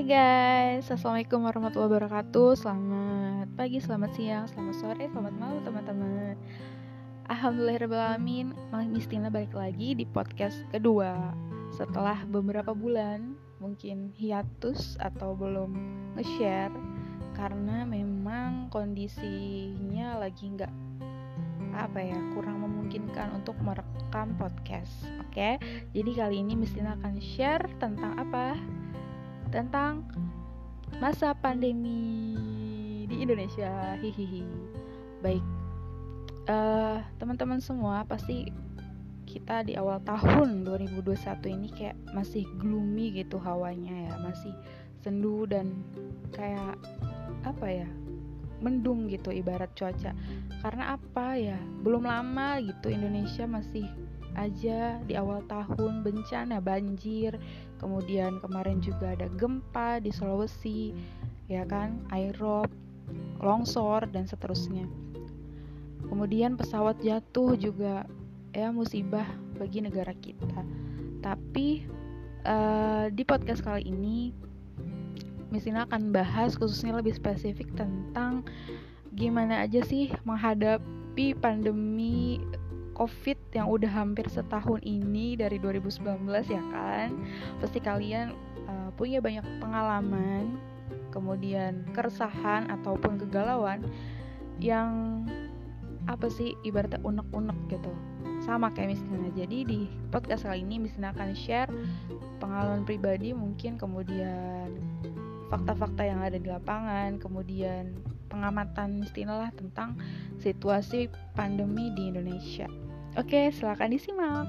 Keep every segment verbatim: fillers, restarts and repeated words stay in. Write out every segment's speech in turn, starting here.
guys, Assalamualaikum warahmatullahi wabarakatuh. Selamat pagi, selamat siang, selamat sore, selamat malam teman-teman. Alhamdulillahirrahmanirrahim, Miss Tina balik lagi di podcast kedua. Setelah beberapa bulan mungkin hiatus atau belum nge-share karena memang kondisinya lagi nggak apa ya kurang memungkinkan untuk merekam podcast. Oke, jadi kali ini Miss Tina akan share tentang apa? Tentang masa pandemi di Indonesia. Hihihi. Baik, uh, teman-teman semua pasti kita di awal tahun dua ribu dua puluh satu ini kayak masih gloomy gitu hawanya ya, masih sendu dan kayak apa ya, mendung gitu ibarat cuaca. Karena apa ya, belum lama gitu Indonesia masih aja di awal tahun bencana banjir, kemudian kemarin juga ada gempa di Sulawesi, ya kan, airop, longsor dan seterusnya. Kemudian pesawat jatuh juga, ya musibah bagi negara kita. Tapi uh, di podcast kali ini Miss Ina akan bahas khususnya lebih spesifik tentang gimana aja sih menghadapi pandemi COVID yang udah hampir setahun ini dari dua ribu sembilan belas ya kan. Pasti kalian uh, punya banyak pengalaman, kemudian keresahan ataupun kegalauan yang apa sih ibaratnya unek-unek gitu. Sama kayak Miss Tina. Jadi di podcast kali ini Miss Tina akan share pengalaman pribadi mungkin, kemudian fakta-fakta yang ada di lapangan, kemudian pengamatan Miss Tina lah tentang situasi pandemi di Indonesia. Oke, silakan disimak.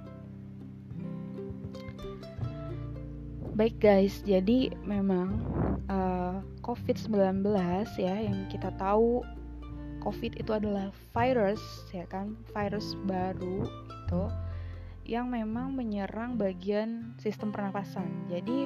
Baik guys, jadi memang uh, covid sembilan belas ya, yang kita tahu COVID itu adalah virus ya kan, virus baru gitu yang memang menyerang bagian sistem pernapasan. Jadi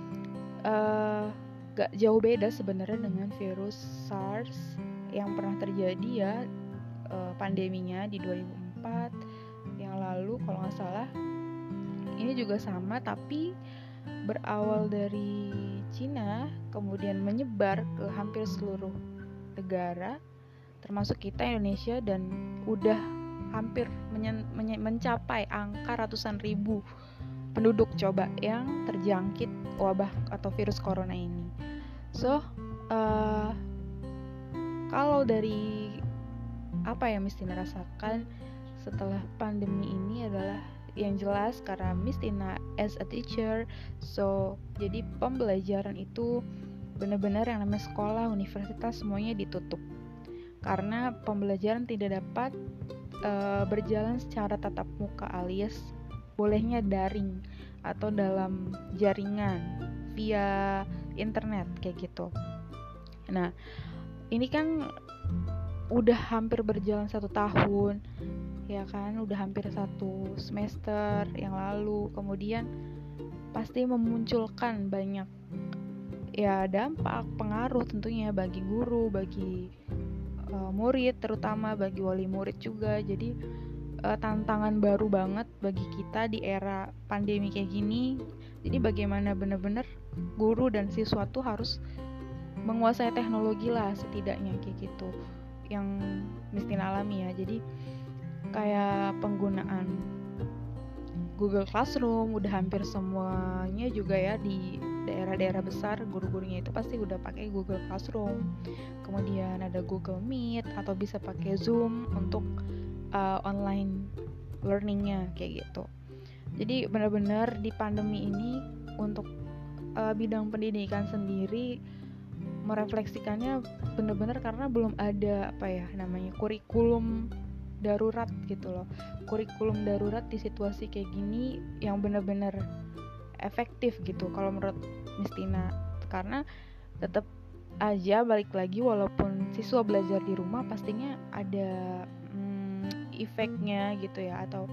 uh, gak jauh beda sebenarnya dengan virus SARS yang pernah terjadi ya, uh, pandeminya di dua ribu empat yang lalu kalau nggak salah. Ini juga sama tapi berawal dari Cina, kemudian menyebar ke hampir seluruh negara termasuk kita Indonesia, dan udah hampir menyen- menye- mencapai angka ratusan ribu penduduk coba yang terjangkit wabah atau virus corona ini. So uh, kalau dari apa yang Miss Tina rasakan setelah pandemi ini adalah yang jelas karena Miss Tina as a teacher, so jadi pembelajaran itu benar-benar yang namanya sekolah, universitas semuanya ditutup karena pembelajaran tidak dapat uh, berjalan secara tatap muka alias bolehnya daring atau dalam jaringan via internet kayak gitu. Nah, ini kan udah hampir berjalan satu tahun ya kan, udah hampir satu semester yang lalu, kemudian pasti memunculkan banyak ya dampak, pengaruh tentunya bagi guru, bagi uh, murid, terutama bagi wali murid juga. Jadi uh, tantangan baru banget bagi kita di era pandemi kayak gini. Jadi bagaimana benar-benar guru dan siswa tuh harus menguasai teknologi lah setidaknya kayak gitu yang Miss Tina alami ya. Jadi kayak penggunaan Google Classroom udah hampir semuanya juga ya, di daerah-daerah besar guru-gurunya itu pasti udah pakai Google Classroom. Kemudian ada Google Meet atau bisa pakai Zoom untuk uh, online learningnya kayak gitu. Jadi benar-benar di pandemi ini untuk uh, bidang pendidikan sendiri merefleksikannya benar-benar karena belum ada apa ya namanya kurikulum darurat gitu loh, kurikulum darurat di situasi kayak gini yang benar-benar efektif gitu kalau menurut Miss Tina. Karena tetap aja balik lagi walaupun siswa belajar di rumah pastinya ada hmm, efeknya gitu ya, atau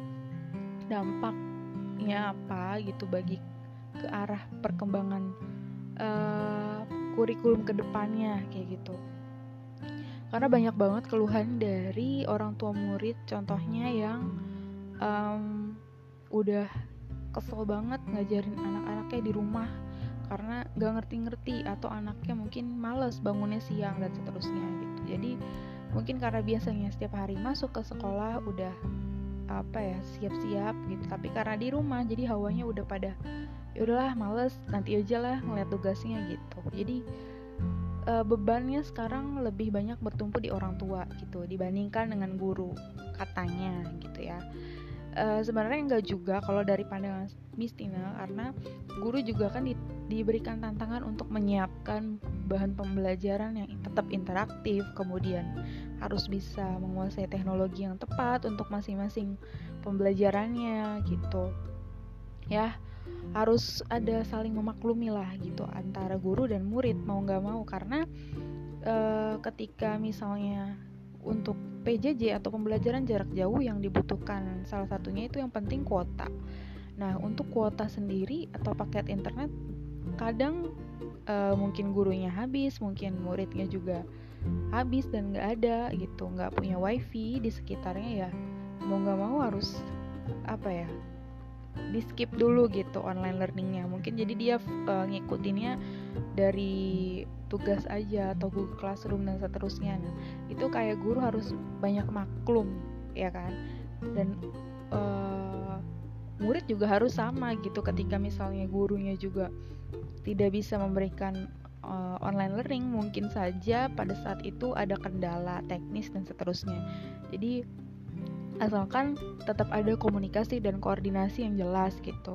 dampaknya apa gitu bagi ke arah perkembangan uh, kurikulum kedepannya kayak gitu. Karena banyak banget keluhan dari orang tua murid, contohnya yang um, udah kesel banget ngajarin anak-anaknya di rumah karena gak ngerti-ngerti, atau anaknya mungkin males bangunnya siang dan seterusnya gitu. Jadi mungkin karena biasanya setiap hari masuk ke sekolah udah apa ya siap-siap gitu, tapi karena di rumah jadi hawanya udah pada ya udahlah males, nanti aja lah ngeliat tugasnya gitu. Jadi e, bebannya sekarang lebih banyak bertumpu di orang tua gitu dibandingkan dengan guru katanya gitu ya. E, sebenarnya enggak juga kalau dari pandangan Miss Tina, karena guru juga kan di, diberikan tantangan untuk menyiapkan bahan pembelajaran yang tetap interaktif, kemudian harus bisa menguasai teknologi yang tepat untuk masing-masing pembelajarannya gitu ya. Harus ada saling memaklumi lah gitu antara guru dan murid, mau gak mau, karena e, ketika misalnya untuk P J J atau pembelajaran jarak jauh yang dibutuhkan salah satunya itu yang penting kuota. Nah untuk kuota sendiri atau paket internet kadang e, mungkin gurunya habis, mungkin muridnya juga habis dan nggak ada gitu, nggak punya wifi di sekitarnya, ya mau nggak mau harus apa ya di skip dulu gitu online learningnya. Mungkin jadi dia uh, ngikutinnya dari tugas aja atau Google Classroom dan seterusnya. Nah itu kayak guru harus banyak maklum ya kan, dan uh, murid juga harus sama gitu. Ketika misalnya gurunya juga tidak bisa memberikan uh, online learning, mungkin saja pada saat itu ada kendala teknis dan seterusnya. Jadi asalkan tetap ada komunikasi dan koordinasi yang jelas gitu.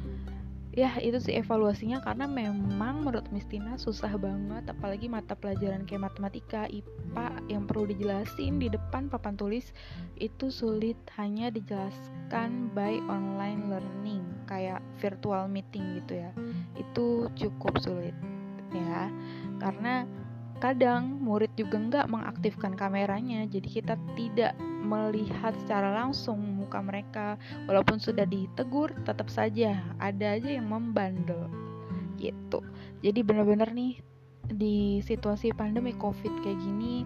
Ya itu sih evaluasinya, karena memang menurut Miss Tina susah banget, apalagi mata pelajaran kayak matematika, I P A yang perlu dijelasin di depan papan tulis itu sulit hanya dijelaskan by online learning kayak virtual meeting gitu ya. Itu cukup sulit ya, karena kadang murid juga nggak mengaktifkan kameranya, jadi kita tidak melihat secara langsung muka mereka. Walaupun sudah ditegur, tetap saja ada aja yang membandel gitu. Jadi benar-benar nih di situasi pandemi COVID kayak gini,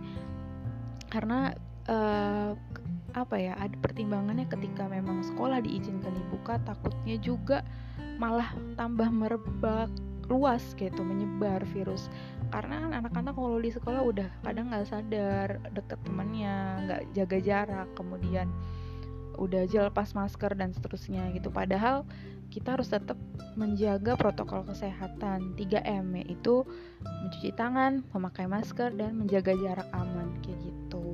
karena uh, apa ya ada pertimbangannya ketika memang sekolah diizinkan dibuka, takutnya juga malah tambah merebak luas gitu, menyebar virus. Karena kan anak-anak kalau di sekolah udah kadang nggak sadar deket temannya, nggak jaga jarak, kemudian udah aja lepas masker dan seterusnya gitu. Padahal kita harus tetap menjaga protokol kesehatan tiga M, yaitu mencuci tangan, memakai masker, dan menjaga jarak aman kayak gitu.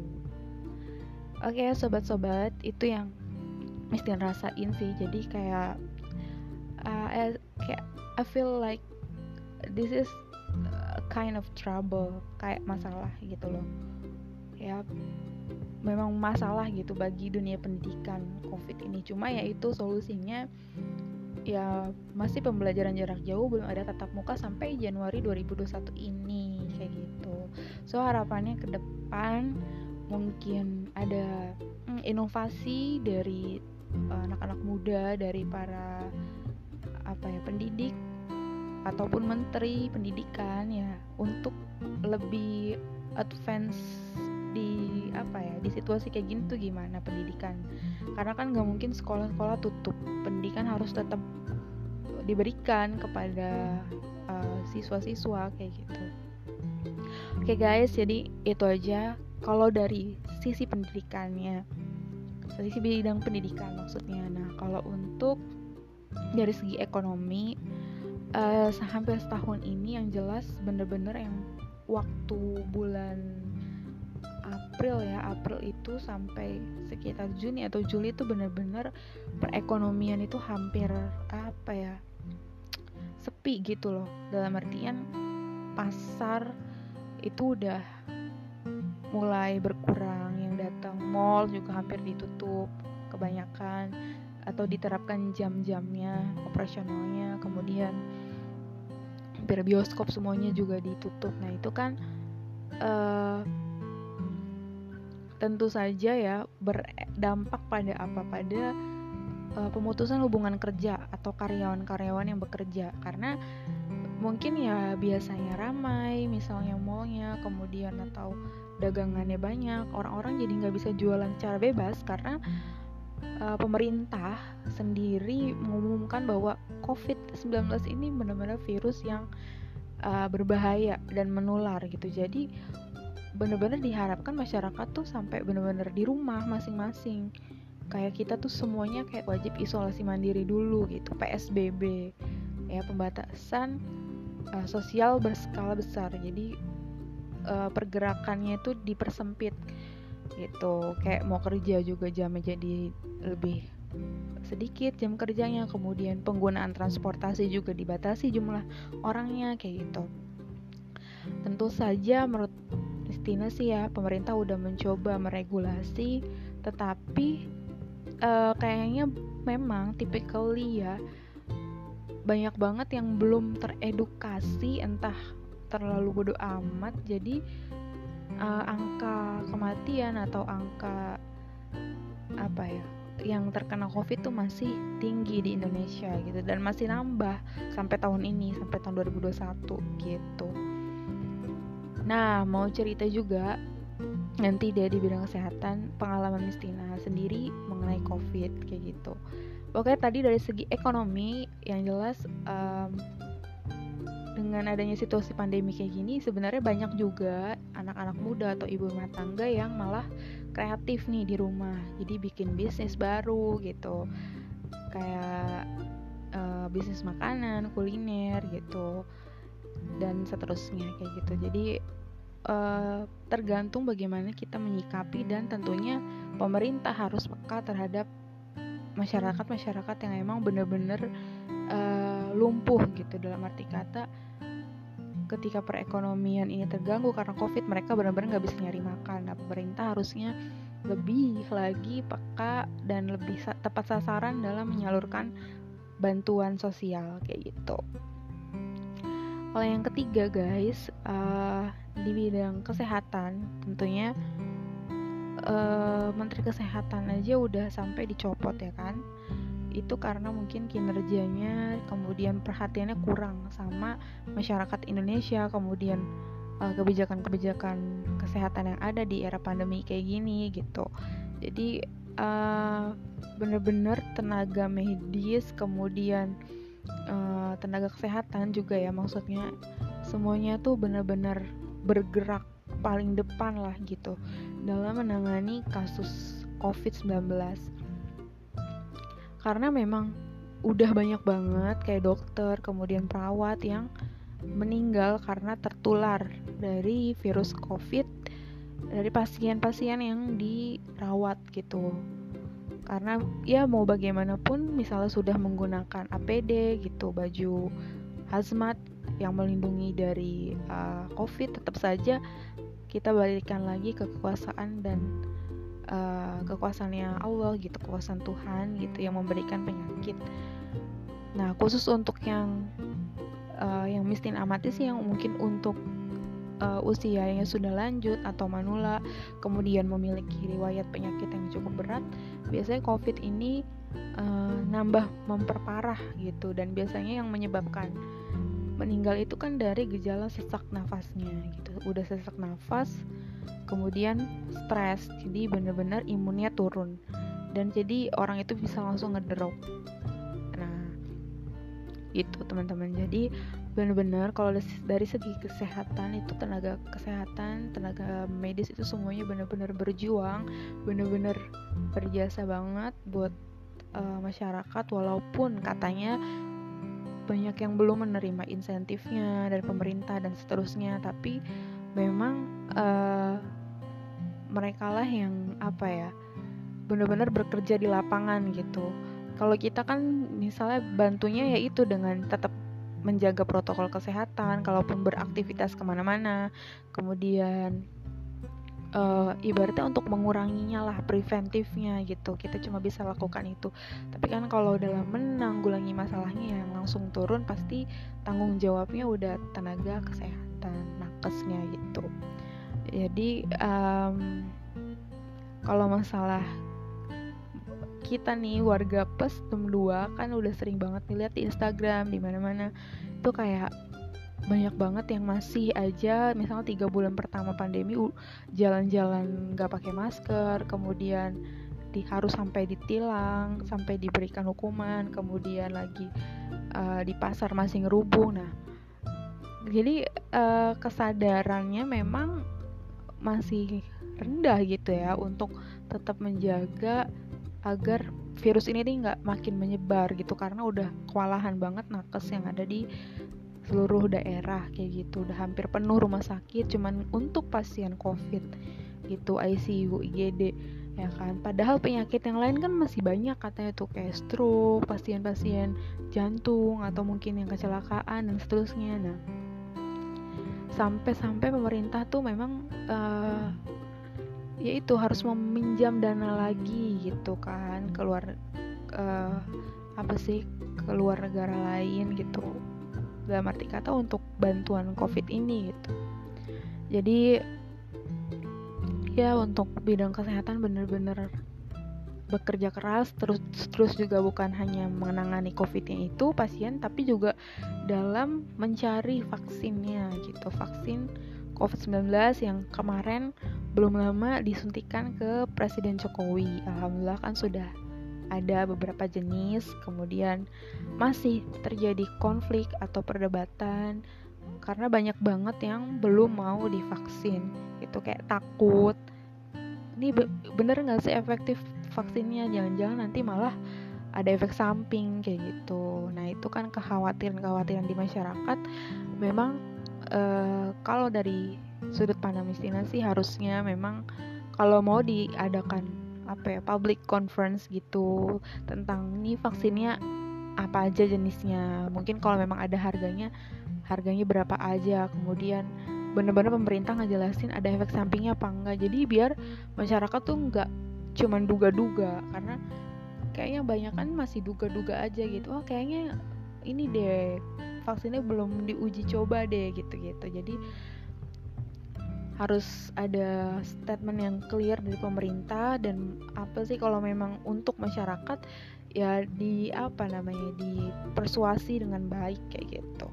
Oke sobat-sobat, itu yang Miss Tina rasain sih. Jadi kayak uh, kayak I feel like this is a kind of trouble, kayak masalah gitu loh ya, memang masalah gitu bagi dunia pendidikan COVID ini. Cuma ya itu solusinya ya masih pembelajaran jarak jauh, belum ada tatap muka sampai Januari dua ribu dua puluh satu ini kayak gitu. So harapannya ke depan mungkin ada hmm, inovasi dari uh, anak-anak muda, dari para apa ya pendidik ataupun menteri pendidikan ya, untuk lebih advance di apa ya di situasi kayak gini tuh gimana pendidikan. Karena kan nggak mungkin sekolah-sekolah tutup, pendidikan harus tetap diberikan kepada uh, siswa-siswa kayak gitu. Oke guys, jadi itu aja kalau dari sisi pendidikannya, sisi bidang pendidikan maksudnya. Nah kalau untuk dari segi ekonomi, Uh, hampir setahun ini yang jelas bener-bener yang waktu bulan April ya, April itu sampai sekitar Juni atau Juli itu bener-bener perekonomian itu hampir apa ya sepi gitu loh. Dalam artian pasar itu udah mulai berkurang, yang datang mall juga hampir ditutup kebanyakan atau diterapkan jam-jamnya operasionalnya, kemudian hampir bioskop semuanya juga ditutup. Nah itu kan uh, tentu saja ya berdampak pada apa pada uh, pemutusan hubungan kerja atau karyawan-karyawan yang bekerja, karena mungkin ya biasanya ramai misalnya mallnya, kemudian atau dagangannya banyak, orang-orang jadi nggak bisa jualan secara bebas karena uh, pemerintah sendiri mengumumkan bahwa covid sembilan belas ini benar-benar virus yang uh, berbahaya dan menular gitu. Jadi benar-benar diharapkan masyarakat tuh sampai benar-benar di rumah masing-masing. Kayak kita tuh semuanya kayak wajib isolasi mandiri dulu gitu, P S B B ya, pembatasan uh, sosial berskala besar. Jadi uh, pergerakannya itu dipersempit gitu, kayak mau kerja juga jamnya jadi lebih sedikit jam kerjanya, kemudian penggunaan transportasi juga dibatasi jumlah orangnya kayak gitu. Tentu saja menurut Christina sih ya, pemerintah udah mencoba meregulasi, tetapi uh, kayaknya memang typically ya banyak banget yang belum teredukasi, entah terlalu bodo amat, jadi uh, angka kematian atau angka apa ya yang terkena covid tuh masih tinggi di Indonesia gitu, dan masih nambah sampai tahun ini, sampai tahun dua ribu dua puluh satu gitu. Nah, mau cerita juga nanti deh di bidang kesehatan, pengalaman Mistina sendiri mengenai covid kayak gitu. Pokoknya tadi dari segi ekonomi yang jelas um, dengan adanya situasi pandemi kayak gini, sebenarnya banyak juga anak-anak muda atau ibu rumah tangga yang malah kreatif nih di rumah, jadi bikin bisnis baru gitu, kayak uh, bisnis makanan, kuliner gitu, dan seterusnya kayak gitu. Jadi uh, tergantung bagaimana kita menyikapi, dan tentunya pemerintah harus peka terhadap masyarakat-masyarakat yang emang benar-benar uh, lumpuh gitu, dalam arti kata ketika perekonomian ini terganggu karena covid, mereka benar-benar nggak bisa nyari makan. Nah, pemerintah harusnya lebih lagi peka dan lebih sa- tepat sasaran dalam menyalurkan bantuan sosial kayak gitu. Kalau yang ketiga guys, uh, di bidang kesehatan tentunya uh, Menteri Kesehatan aja udah sampai dicopot ya kan. Itu karena mungkin kinerjanya, kemudian perhatiannya kurang sama masyarakat Indonesia, kemudian uh, kebijakan-kebijakan kesehatan yang ada di era pandemi kayak gini gitu. Jadi uh, benar-benar tenaga medis, kemudian uh, tenaga kesehatan juga ya, maksudnya semuanya tuh benar-benar bergerak paling depan lah gitu dalam menangani kasus covid sembilan belas. Karena memang udah banyak banget kayak dokter, kemudian perawat yang meninggal karena tertular dari virus covid dari pasien-pasien yang dirawat gitu. Karena ya mau bagaimanapun, misalnya sudah menggunakan A P D gitu, baju hazmat yang melindungi dari uh, covid, tetap saja kita balikan lagi ke kekuasaan dan Uh, kekuasaannya Allah gitu, kekuasaan Tuhan gitu yang memberikan penyakit. Nah, khusus untuk yang uh, yang miskin amati sih, yang mungkin untuk uh, usia yang sudah lanjut atau manula, kemudian memiliki riwayat penyakit yang cukup berat, biasanya COVID ini uh, nambah memperparah gitu, dan biasanya yang menyebabkan meninggal itu kan dari gejala sesak nafasnya gitu. Udah sesak nafas, kemudian stres, jadi benar-benar imunnya turun, dan jadi orang itu bisa langsung ngedrop. Nah, itu teman-teman. Jadi benar-benar kalau dari segi kesehatan itu, tenaga kesehatan, tenaga medis itu semuanya benar-benar berjuang, benar-benar berjasa banget buat uh, masyarakat, walaupun katanya banyak yang belum menerima insentifnya dari pemerintah dan seterusnya, tapi memang uh, mereka lah yang apa ya, benar-benar bekerja di lapangan gitu. Kalau kita kan misalnya bantunya ya itu dengan tetap menjaga protokol kesehatan kalaupun beraktivitas kemana-mana, kemudian uh, ibaratnya untuk menguranginya lah, preventifnya gitu, kita cuma bisa lakukan itu. Tapi kan kalau dalam menanggulangi masalahnya yang langsung turun, pasti tanggung jawabnya udah tenaga kesehatan, nakesnya gitu. Jadi um, kalau masalah kita nih warga plus enam dua kan udah sering banget nih lihat di Instagram, di mana-mana itu kayak banyak banget yang masih aja misalnya tiga bulan pertama pandemi jalan-jalan nggak pakai masker, kemudian di, harus sampai ditilang, sampai diberikan hukuman, kemudian lagi uh, di pasar masih ngerubung. Nah, jadi uh, kesadarannya memang masih rendah gitu ya untuk tetap menjaga agar virus ini nih nggak makin menyebar gitu, karena udah kewalahan banget nakes yang ada di seluruh daerah kayak gitu, udah hampir penuh rumah sakit cuman untuk pasien COVID gitu, I C U, I G D ya kan. Padahal penyakit yang lain kan masih banyak katanya tuh, kayak stroke, pasien-pasien jantung atau mungkin yang kecelakaan dan seterusnya. Nah, sampai-sampai pemerintah tuh memang uh, yaitu harus meminjam dana lagi gitu kan, keluar uh, apa sih keluar negara lain gitu, dalam arti kata untuk bantuan COVID ini gitu. Jadi ya untuk bidang kesehatan benar-benar bekerja keras, terus terus juga bukan hanya menangani COVID-nya itu pasien, tapi juga dalam mencari vaksinnya gitu, vaksin covid sembilan belas yang kemarin belum lama disuntikan ke Presiden Jokowi. Alhamdulillah kan sudah ada beberapa jenis, kemudian masih terjadi konflik atau perdebatan karena banyak banget yang belum mau divaksin gitu, kayak takut ini bener nggak sih efektif vaksinnya, jangan-jangan nanti malah ada efek samping kayak gitu. Nah itu kan kekhawatiran-kekhawatiran di masyarakat. Memang uh, kalau dari sudut pandang Mistina sih harusnya memang kalau mau diadakan apa ya public conference gitu tentang nih vaksinnya apa aja jenisnya, mungkin kalau memang ada harganya harganya berapa aja, kemudian benar-benar pemerintah ngejelasin ada efek sampingnya apa enggak, jadi biar masyarakat tuh nggak cuman duga-duga, karena kayaknya banyak kan masih duga-duga aja gitu, oh kayaknya ini deh vaksinnya belum diuji coba deh gitu-gitu. Jadi harus ada statement yang clear dari pemerintah, dan apa sih kalau memang untuk masyarakat ya di apa namanya dipersuasi dengan baik kayak gitu.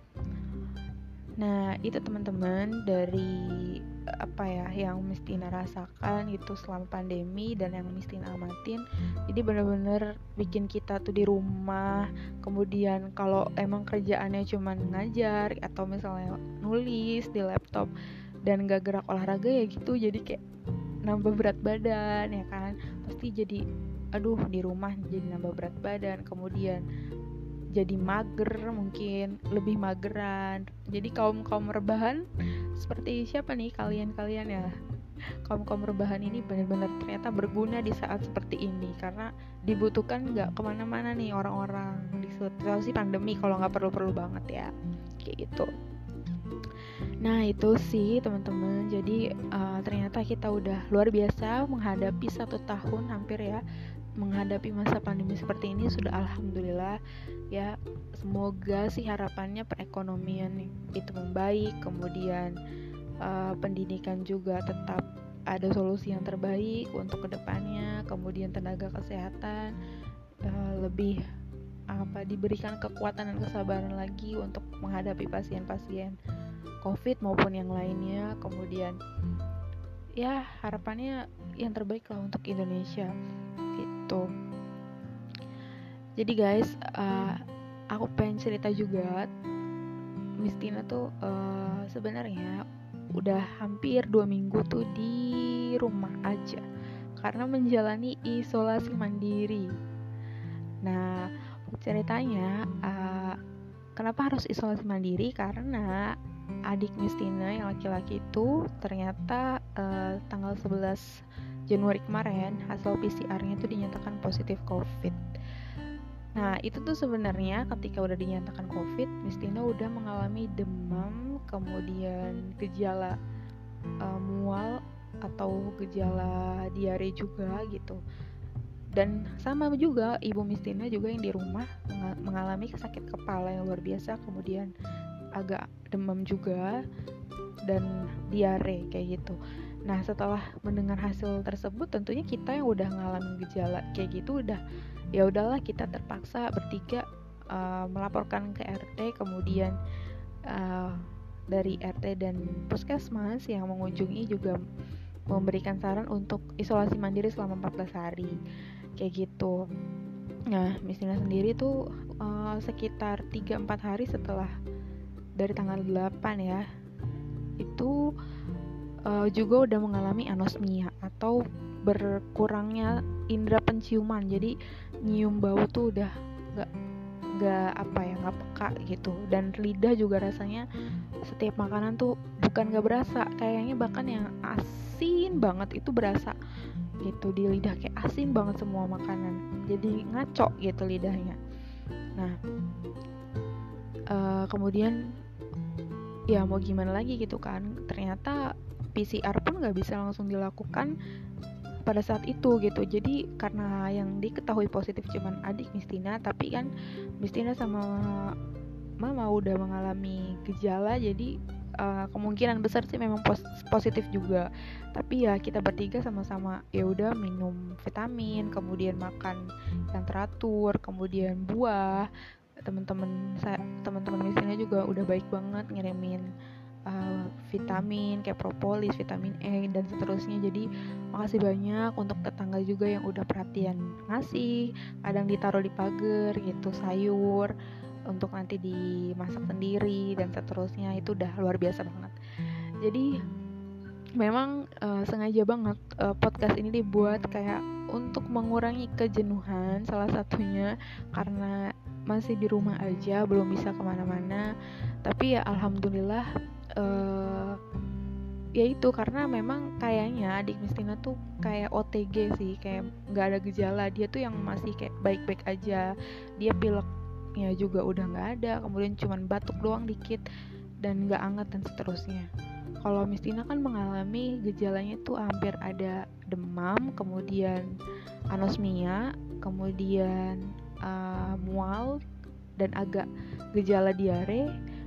Nah itu teman-teman dari apa ya yang Mistina rasakan gitu selama pandemi dan yang Mistina amatin. Jadi benar-benar bikin kita tuh di rumah, kemudian kalau emang kerjaannya cuma ngajar atau misalnya nulis di laptop dan gak gerak olahraga ya gitu, jadi kayak nambah berat badan ya kan, pasti jadi aduh di rumah jadi nambah berat badan, kemudian jadi mager, mungkin lebih mageran. Jadi kaum-kaum rebahan seperti siapa nih kalian-kalian ya, kaum-kaum rebahan ini benar-benar ternyata berguna di saat seperti ini, karena dibutuhkan nggak kemana-mana nih orang-orang di situasi pandemi kalau nggak perlu-perlu banget ya kayak gitu. Nah itu sih teman-teman, jadi uh, ternyata kita udah luar biasa menghadapi satu tahun hampir ya, menghadapi masa pandemi seperti ini sudah alhamdulillah ya. Semoga sih harapannya perekonomian itu membaik, kemudian uh, pendidikan juga tetap ada solusi yang terbaik untuk kedepannya, kemudian tenaga kesehatan uh, lebih apa diberikan kekuatan dan kesabaran lagi untuk menghadapi pasien-pasien COVID maupun yang lainnya. Kemudian ya harapannya yang terbaik lah untuk Indonesia gitu. Jadi guys, uh, aku pengen cerita juga, Mistina tuh uh, sebenarnya udah hampir dua minggu tuh di rumah aja karena menjalani isolasi mandiri. Nah ceritanya uh, kenapa harus isolasi mandiri, karena adik Mistina yang laki-laki itu ternyata uh, tanggal sebelas Januari kemarin hasil P C R-nya itu dinyatakan positif COVID. Nah itu tuh sebenarnya ketika udah dinyatakan COVID, Mistina udah mengalami demam, kemudian gejala uh, mual atau gejala diare juga gitu. Dan sama juga ibu Mistina juga yang di rumah mengalami sakit kepala yang luar biasa, kemudian agak demam juga dan diare kayak gitu. Nah setelah mendengar hasil tersebut, tentunya kita yang udah ngalamin gejala kayak gitu udah ya udahlah, kita terpaksa bertiga uh, melaporkan ke R T, kemudian uh, dari R T dan puskesmas yang mengunjungi juga memberikan saran untuk isolasi mandiri selama empat belas hari kayak gitu. Nah, Miss Tina sendiri tuh uh, sekitar tiga sampai empat hari setelah dari tanggal delapan ya, itu uh, juga udah mengalami anosmia atau berkurangnya indera penciuman. Jadi nyium bau tuh udah gak, gak apa ya, gak peka gitu. Dan lidah juga rasanya setiap makanan tuh bukan gak berasa, kayaknya bahkan yang asin banget itu berasa gitu di lidah, kayak asin banget semua makanan, jadi ngaco gitu lidahnya. Nah uh, kemudian ya mau gimana lagi gitu kan, ternyata P C R pun nggak bisa langsung dilakukan pada saat itu gitu. Jadi karena yang diketahui positif cuman adik Miss Tina, tapi kan Miss Tina sama mama udah mengalami gejala, jadi uh, kemungkinan besar sih memang pos- positif juga. Tapi ya kita bertiga sama-sama ya udah minum vitamin, kemudian makan yang teratur, kemudian buah. Teman-teman saya, teman-teman Miss Tina juga udah baik banget ngirimin uh, vitamin kayak propolis, vitamin E dan seterusnya. Jadi makasih banyak untuk tetangga juga yang udah perhatian ngasih, kadang ditaruh di pagar gitu sayur untuk nanti dimasak sendiri dan seterusnya. Itu udah luar biasa banget. Jadi memang uh, sengaja banget uh, podcast ini dibuat kayak untuk mengurangi kejenuhan, salah satunya karena masih di rumah aja, belum bisa kemana-mana. Tapi ya alhamdulillah uh, ya itu karena memang kayaknya adik Miss Tina tuh kayak O T G sih, kayak nggak ada gejala. Dia tuh yang masih kayak baik-baik aja, dia pileknya juga udah nggak ada, kemudian cuman batuk doang dikit dan nggak anget dan seterusnya. Kalau Miss Tina kan mengalami gejalanya tuh hampir ada demam, kemudian anosmia, kemudian uh, mual dan agak gejala diare.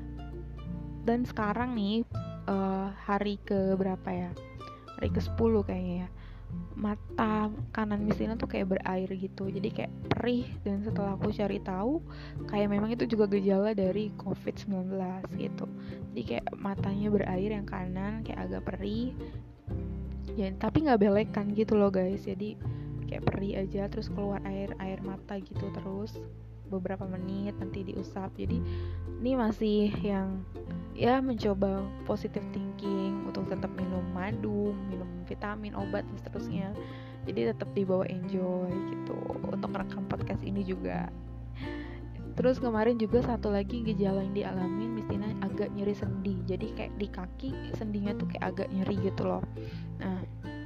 Dan sekarang nih uh, hari ke berapa ya? Hari ke sepuluh kayaknya ya. Mata kanan Miss Tina tuh kayak berair gitu, jadi kayak perih. Dan setelah aku cari tahu, kayak memang itu juga gejala dari covid sembilan belas gitu. Jadi kayak matanya berair yang kanan, kayak agak perih ya, tapi nggak belekan gitu loh guys. Jadi kayak perih aja, terus keluar air air mata gitu terus beberapa menit, nanti diusap. Jadi ini masih yang ya mencoba positive thinking untuk tetap minum madu, minum vitamin, obat dan seterusnya. Jadi tetap dibawa enjoy gitu untuk merekam podcast ini juga. Terus kemarin juga satu lagi gejala yang dialami Miss Tina, agak nyeri sendi. Jadi kayak di kaki sendinya tuh kayak agak nyeri gitu loh. Nah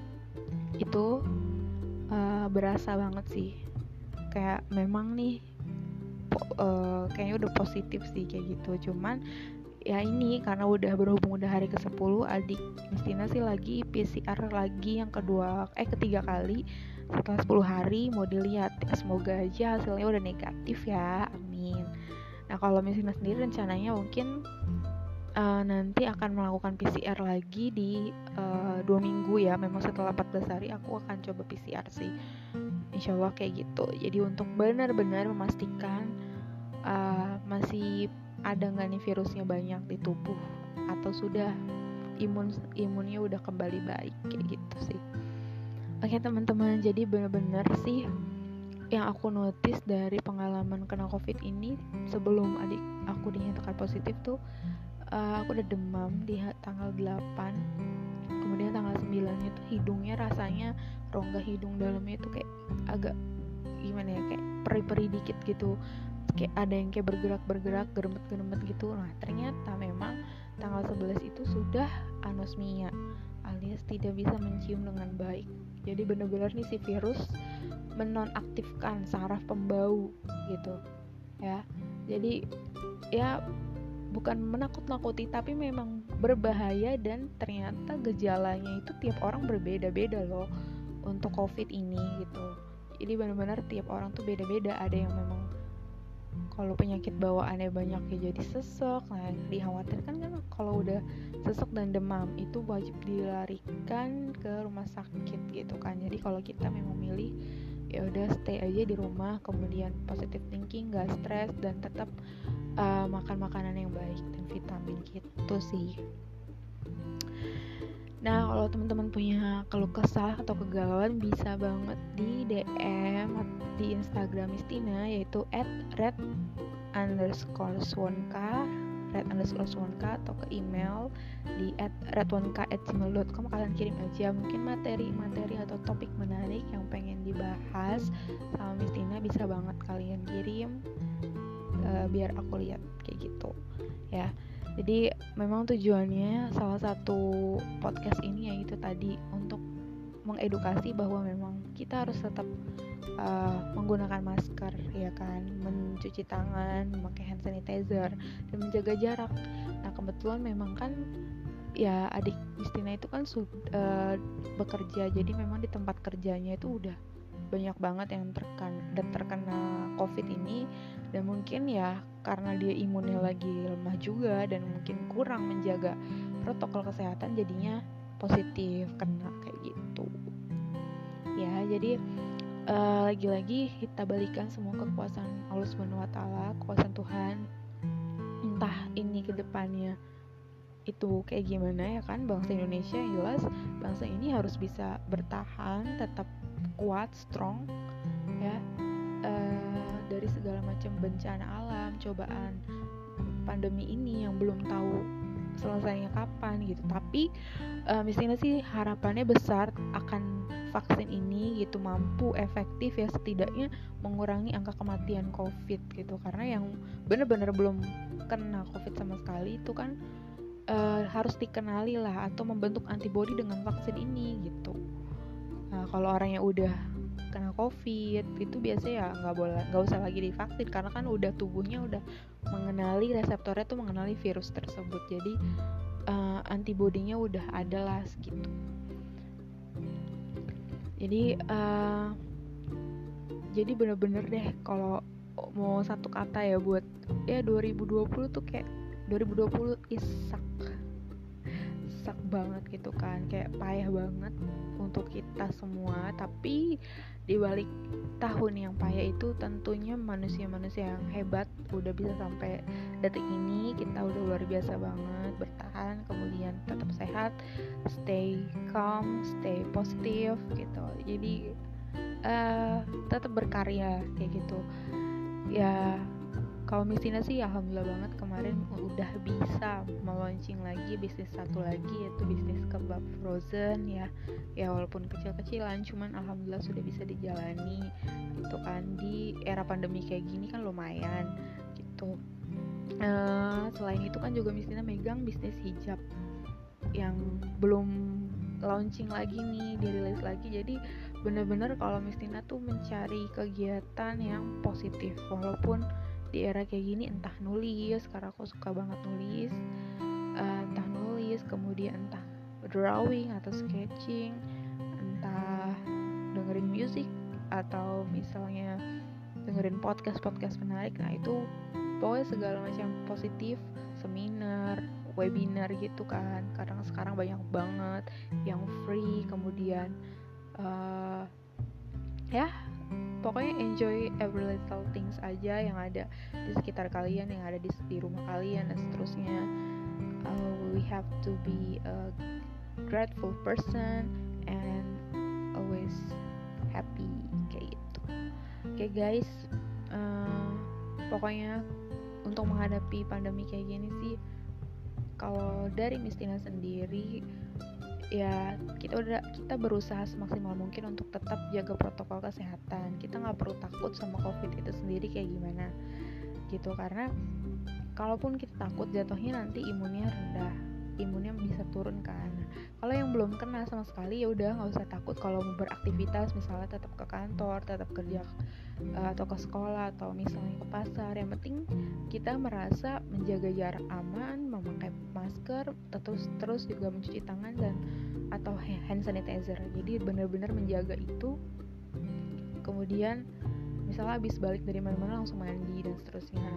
itu uh, berasa banget sih, kayak memang nih po- uh, kayaknya udah positif sih kayak gitu. Cuman ya ini karena udah berhubung udah hari ke sepuluh, adik Miss Tina sih lagi P C R lagi yang kedua eh ketiga kali setelah sepuluh hari, mau dilihat ya, semoga aja hasilnya udah negatif ya, amin. Nah kalau Miss Tina sendiri rencananya mungkin uh, nanti akan melakukan P C R lagi di uh, dua minggu ya. Memang setelah empat belas hari aku akan coba P C R sih, insya Allah kayak gitu. Jadi untuk benar-benar memastikan uh, masih ada nggak nih virusnya banyak di tubuh, atau sudah imun imunnya udah kembali baik kayak gitu sih. Oke teman-teman, jadi benar-benar sih yang aku notice dari pengalaman kena covid ini, sebelum adik aku dinyatakan positif tuh uh, aku udah demam di tanggal delapan, kemudian tanggal sembilan itu hidungnya rasanya rongga hidung dalamnya itu kayak agak gimana ya, kayak peri-peri dikit gitu, kayak ada yang kayak bergerak-bergerak, geremet-geremet gitu. Nah ternyata memang tanggal sebelas itu sudah anosmia, alias tidak bisa mencium dengan baik. Jadi benar-benar nih si virus menonaktifkan saraf pembau gitu ya. Jadi ya bukan menakut-nakuti, tapi memang berbahaya. Dan ternyata gejalanya itu tiap orang berbeda-beda loh untuk covid ini gitu. Jadi benar-benar tiap orang tuh beda-beda. Ada yang memang kalau penyakit bawaannya banyak ya jadi sesek. Nah dikhawatirkan kan kalau udah sesek dan demam itu wajib dilarikan ke rumah sakit gitu kan. Jadi kalau kita memang milih ya udah stay aja di rumah, kemudian positive thinking, gak stres, dan tetap uh, makan makanan yang baik dan vitamin gitu sih. Nah, kalau teman-teman punya keluh kesah atau kegalauan bisa banget di D M di Instagram Mistina, yaitu at red underscore swanka red underscore swanka atau ke email di at redwanka at gmail dot com. Kalian kirim aja mungkin materi-materi atau topik menarik yang pengen dibahas sama Mistina, bisa banget kalian kirim uh, biar aku lihat kayak gitu ya. Jadi memang tujuannya salah satu podcast ini yaitu tadi untuk mengedukasi bahwa memang kita harus tetap uh, menggunakan masker, ya kan, mencuci tangan, memakai hand sanitizer, dan menjaga jarak. Nah kebetulan memang kan ya adik Mistina itu kan sudah uh, bekerja, jadi memang di tempat kerjanya itu udah banyak banget yang terkena dan terkena COVID ini, dan mungkin ya karena dia imunnya lagi lemah juga dan mungkin kurang menjaga protokol kesehatan jadinya positif kena kayak gitu ya. Jadi uh, lagi-lagi kita balikan semua kekuasaan Allah Subhanahu wa taala, kekuasaan Tuhan. Entah ini ke depannya itu kayak gimana ya kan, bangsa Indonesia yang jelas bangsa ini harus bisa bertahan, tetap kuat, strong ya, uh, dari segala macam bencana alam, cobaan pandemi ini yang belum tahu selesainya kapan gitu. Tapi uh, misalnya sih harapannya besar akan vaksin ini gitu mampu efektif ya, setidaknya mengurangi angka kematian COVID gitu. Karena yang benar-benar belum kena COVID sama sekali itu kan uh, harus dikenali lah atau membentuk antibodi dengan vaksin ini gitu. Nah, kalau orang yang udah kena COVID itu biasanya ya nggak boleh, nggak usah lagi divaksin karena kan udah tubuhnya udah mengenali, reseptornya tuh mengenali virus tersebut. Jadi uh, antibodinya udah ada lah gitu. Jadi uh, jadi bener-bener deh kalau mau satu kata ya buat ya dua ribu dua puluh tuh kayak dua ribu dua puluh isak sak banget gitu kan, kayak payah banget untuk kita semua. Tapi di balik tahun yang payah itu tentunya manusia-manusia yang hebat udah bisa sampai detik ini. Kita udah luar biasa banget bertahan, kemudian tetap sehat, stay calm, stay positif gitu. Jadi uh, tetap berkarya kayak gitu ya. Kalau Mistina sih alhamdulillah banget kemarin udah bisa melaunching lagi bisnis satu lagi, yaitu bisnis kebab frozen ya. Ya walaupun kecil-kecilan cuman alhamdulillah sudah bisa dijalani gitu kan. Di era pandemi kayak gini kan lumayan gitu. Uh, selain itu kan juga Mistina megang bisnis hijab yang belum launching lagi nih, dirilis lagi. Jadi bener-bener kalau Mistina tuh mencari kegiatan yang positif walaupun di era kayak gini, entah nulis karena aku suka banget nulis, uh, entah nulis kemudian entah drawing atau sketching, entah dengerin musik atau misalnya dengerin podcast-podcast menarik. Nah itu pokoknya segala macam positif, seminar, webinar gitu kan, karena sekarang banyak banget yang free. Kemudian uh, ya pokoknya enjoy every little things aja yang ada di sekitar kalian, yang ada di, di rumah kalian dan seterusnya. Uh, we have to be a grateful person and always happy kayak gitu. Oke okay guys, uh, pokoknya untuk menghadapi pandemi kayak gini sih, kalau dari Mistina sendiri ya kita udah kita berusaha semaksimal mungkin untuk tetap jaga protokol kesehatan. Kita nggak perlu takut sama COVID itu sendiri kayak gimana gitu, karena kalaupun kita takut jatuhnya nanti imunnya rendah, imunnya bisa turun kan. Kalau yang belum kena sama sekali ya udah nggak usah takut. Kalau mau beraktivitas misalnya tetap ke kantor, tetap kerja uh, atau ke sekolah atau misalnya ke pasar, yang penting kita merasa menjaga jarak aman, memakai masker, terus terus juga mencuci tangan dan atau hand sanitizer. Jadi benar-benar menjaga itu. Kemudian misalnya habis balik dari mana-mana langsung mandi dan seterusnya.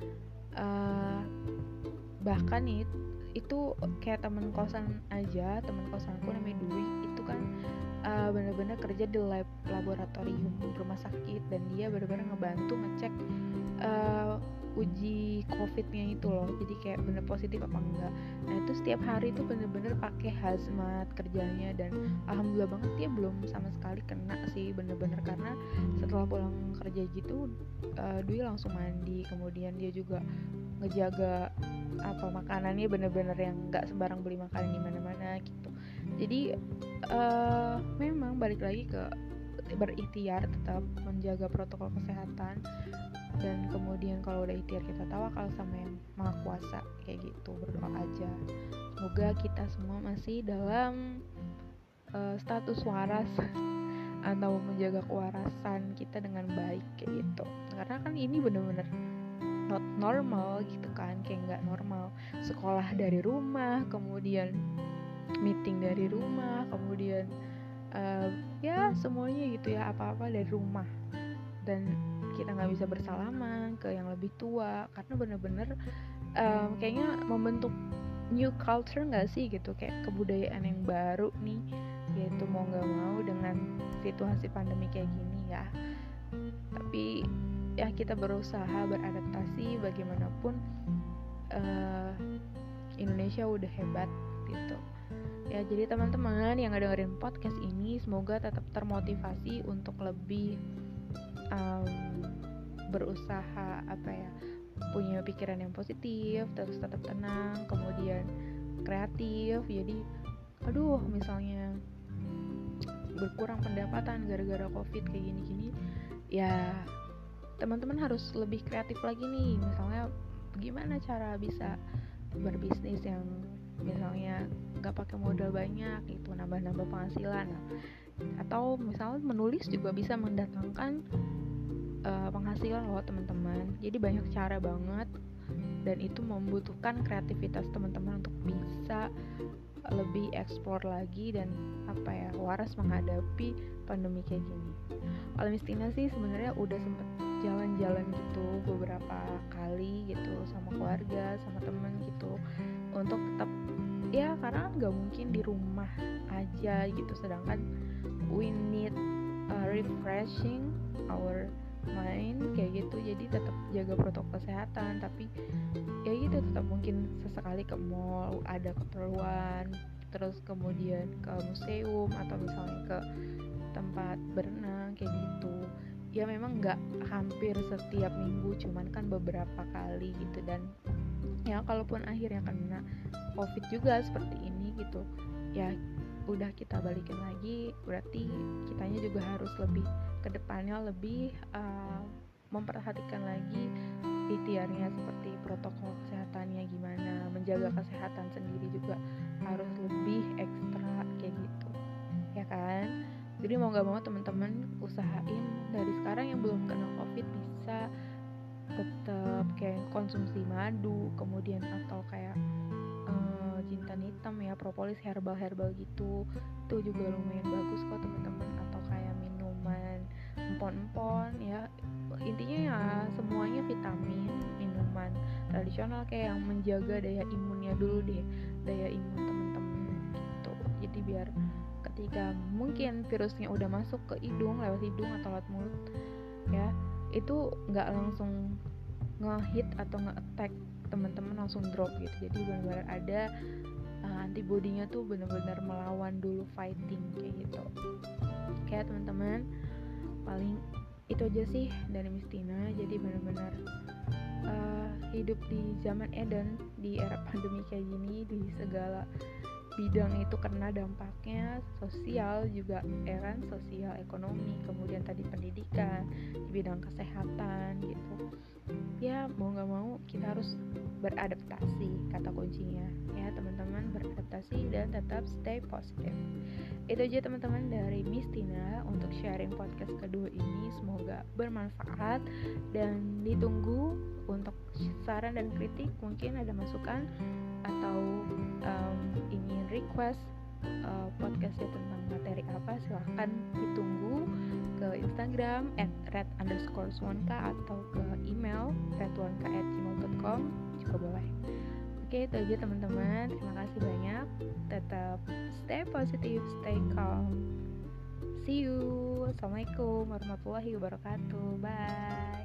Uh, bahkan nih itu kayak temen kosan aja, temen kosanku namanya Dwi, itu kan uh, benar-benar kerja di lab laboratorium rumah sakit, dan dia benar-benar ngebantu ngecek uh, uji COVID-nya itu loh, jadi kayak bener positif apa enggak. Nah itu setiap hari itu bener-bener pakai hazmat kerjanya, dan alhamdulillah banget dia belum sama sekali kena sih, bener-bener. Karena setelah pulang kerja gitu uh, Dwi langsung mandi, kemudian dia juga ngejaga apa makanannya, bener-bener yang nggak sembarang beli makanan di mana-mana gitu. Jadi uh, memang balik lagi ke berikhtiar, tetap menjaga protokol kesehatan. Dan kemudian kalau udah ikhtiar kita tawakal sama yang maha kuasa, kayak gitu, berdoa aja. Semoga kita semua masih dalam uh, status waras atau menjaga kewarasan kita dengan baik, kayak gitu. Karena kan ini bener-bener not normal gitu kan, kayak nggak normal. Sekolah dari rumah, kemudian meeting dari rumah, kemudian uh, ya semuanya gitu ya, apa-apa dari rumah. Dan kita nggak bisa bersalaman ke yang lebih tua, karena bener-bener um, kayaknya membentuk new culture nggak sih gitu, kayak kebudayaan yang baru nih, yaitu mau nggak mau dengan situasi pandemi kayak gini ya. Tapi ya kita berusaha beradaptasi bagaimanapun. uh, Indonesia udah hebat gitu ya. Jadi teman-teman yang dengerin podcast ini, semoga tetap termotivasi untuk lebih Um, berusaha apa ya, punya pikiran yang positif, terus tetap tenang, kemudian kreatif. Jadi aduh misalnya berkurang pendapatan gara-gara covid kayak gini-gini ya, teman-teman harus lebih kreatif lagi nih. Misalnya gimana cara bisa berbisnis yang misalnya gak pakai modal banyak gitu, nambah-nambah penghasilan. Nah, atau misalnya menulis juga bisa mendatangkan uh, penghasilan loh teman-teman. Jadi banyak cara banget, dan itu membutuhkan kreativitas teman-teman untuk bisa lebih eksplor lagi dan apa ya, waras menghadapi pandemi kayak gini. Kalau Mistina sih sebenarnya udah sempet jalan-jalan gitu beberapa kali gitu sama keluarga, sama temen gitu, untuk tetap ya, karena nggak mungkin di rumah aja gitu. Sedangkan we need uh, refreshing our mind kayak gitu. Jadi tetap jaga protokol kesehatan, tapi ya gitu, tetap mungkin sesekali ke mall ada keperluan, terus kemudian ke museum atau misalnya ke tempat berenang kayak gitu. Ya memang nggak hampir setiap minggu, cuman kan beberapa kali gitu. Dan ya kalaupun akhirnya kena covid juga seperti ini gitu ya, udah kita balikin lagi, berarti kitanya juga harus lebih kedepannya lebih uh, memperhatikan lagi ikhtiarnya, seperti protokol kesehatannya gimana, menjaga kesehatan sendiri juga harus lebih ekstra kayak gitu ya kan. Jadi mau gak mau teman-teman usahain dari sekarang yang belum kena covid bisa tetap kayak konsumsi madu, kemudian atau kayak uh, jintan hitam ya, propolis herbal-herbal gitu, itu juga lumayan bagus kok teman-teman. Atau kayak minuman empon-empon ya, intinya ya semuanya vitamin, minuman tradisional kayak yang menjaga daya imunnya dulu deh, daya imun teman-teman gitu. Jadi biar ketika mungkin virusnya udah masuk ke hidung, lewat hidung atau lewat mulut ya, itu nggak langsung nge-hit atau nge-attack teman-teman langsung drop gitu. Jadi benar-benar ada uh, antibodinya tuh benar-benar melawan dulu, fighting kayak gitu. Oke teman-teman, paling itu aja sih dari Mistina. Jadi benar-benar uh, hidup di zaman Eden di era pandemi kayak gini, di segala bidang itu kena dampaknya, sosial juga ya kan, sosial, ekonomi, kemudian tadi pendidikan, di bidang kesehatan gitu ya. Mau gak mau kita harus beradaptasi, kata kuncinya ya teman-teman, beradaptasi dan tetap stay positif. Itu aja teman-teman dari Mistina untuk sharing podcast kedua ini. Semoga bermanfaat dan ditunggu untuk saran dan kritik, mungkin ada masukan atau um, ingin request uh, podcastnya tentang materi apa, silahkan ditunggu ke Instagram at red underscore swanka atau ke email redwanka at gmail dot com juga boleh. Oke, itu aja teman-teman, terima kasih banyak, tetap stay positive, stay calm, see you. Assalamualaikum warahmatullahi wabarakatuh, bye.